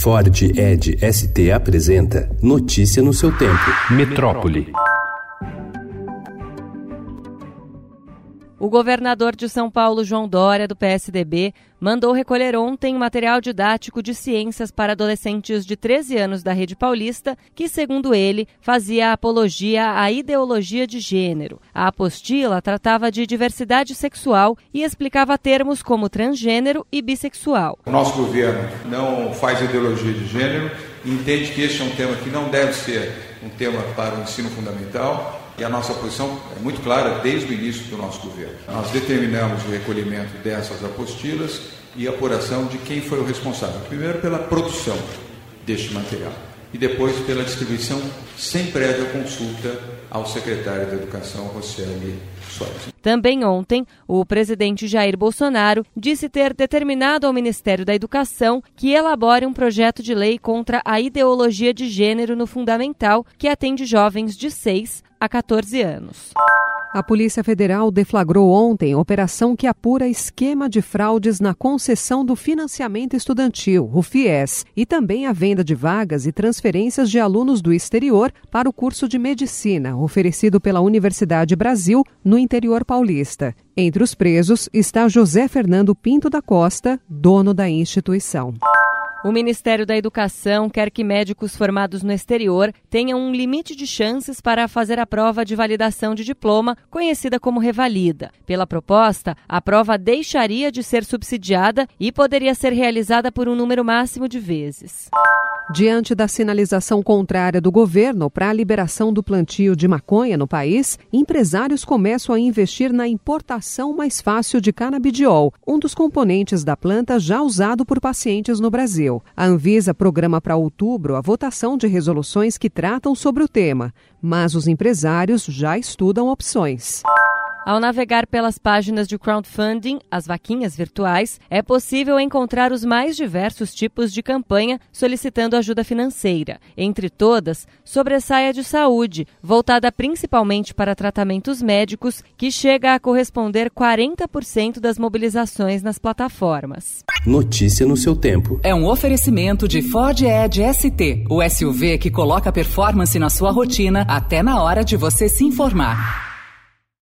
Ford Edge ST apresenta Notícia no seu tempo. Metrópole. O governador de São Paulo, João Dória, do PSDB, mandou recolher ontem material didático de ciências para adolescentes de 13 anos da Rede Paulista, que, segundo ele, fazia apologia à ideologia de gênero. A apostila tratava de diversidade sexual e explicava termos como transgênero e bissexual. O nosso governo não faz ideologia de gênero e entende que este é um tema que não deve ser um tema para o ensino fundamental. E a nossa posição é muito clara desde o início do nosso governo. Nós determinamos o recolhimento dessas apostilas e a apuração de quem foi o responsável. Primeiro pela produção deste material e depois pela distribuição sem prévia consulta ao secretário da Educação, Rocieli Soares. Também ontem, o presidente Jair Bolsonaro disse ter determinado ao Ministério da Educação que elabore um projeto de lei contra a ideologia de gênero no fundamental que atende jovens de 6 a 14 anos. A Polícia Federal deflagrou ontem operação que apura esquema de fraudes na concessão do financiamento estudantil, o FIES, e também a venda de vagas e transferências de alunos do exterior para o curso de medicina, oferecido pela Universidade Brasil, no interior paulista. Entre os presos está José Fernando Pinto da Costa, dono da instituição. O Ministério da Educação quer que médicos formados no exterior tenham um limite de chances para fazer a prova de validação de diploma, conhecida como revalida. Pela proposta, a prova deixaria de ser subsidiada e poderia ser realizada por um número máximo de vezes. Diante da sinalização contrária do governo para a liberação do plantio de maconha no país, empresários começam a investir na importação mais fácil de canabidiol, um dos componentes da planta já usado por pacientes no Brasil. A Anvisa programa para outubro a votação de resoluções que tratam sobre o tema, mas os empresários já estudam opções. Ao navegar pelas páginas de crowdfunding, as vaquinhas virtuais, é possível encontrar os mais diversos tipos de campanha solicitando ajuda financeira. Entre todas, sobressai a de saúde, voltada principalmente para tratamentos médicos, que chega a corresponder 40% das mobilizações nas plataformas. Notícia no seu tempo. É um oferecimento de Ford Edge ST, o SUV que coloca performance na sua rotina até na hora de você se informar.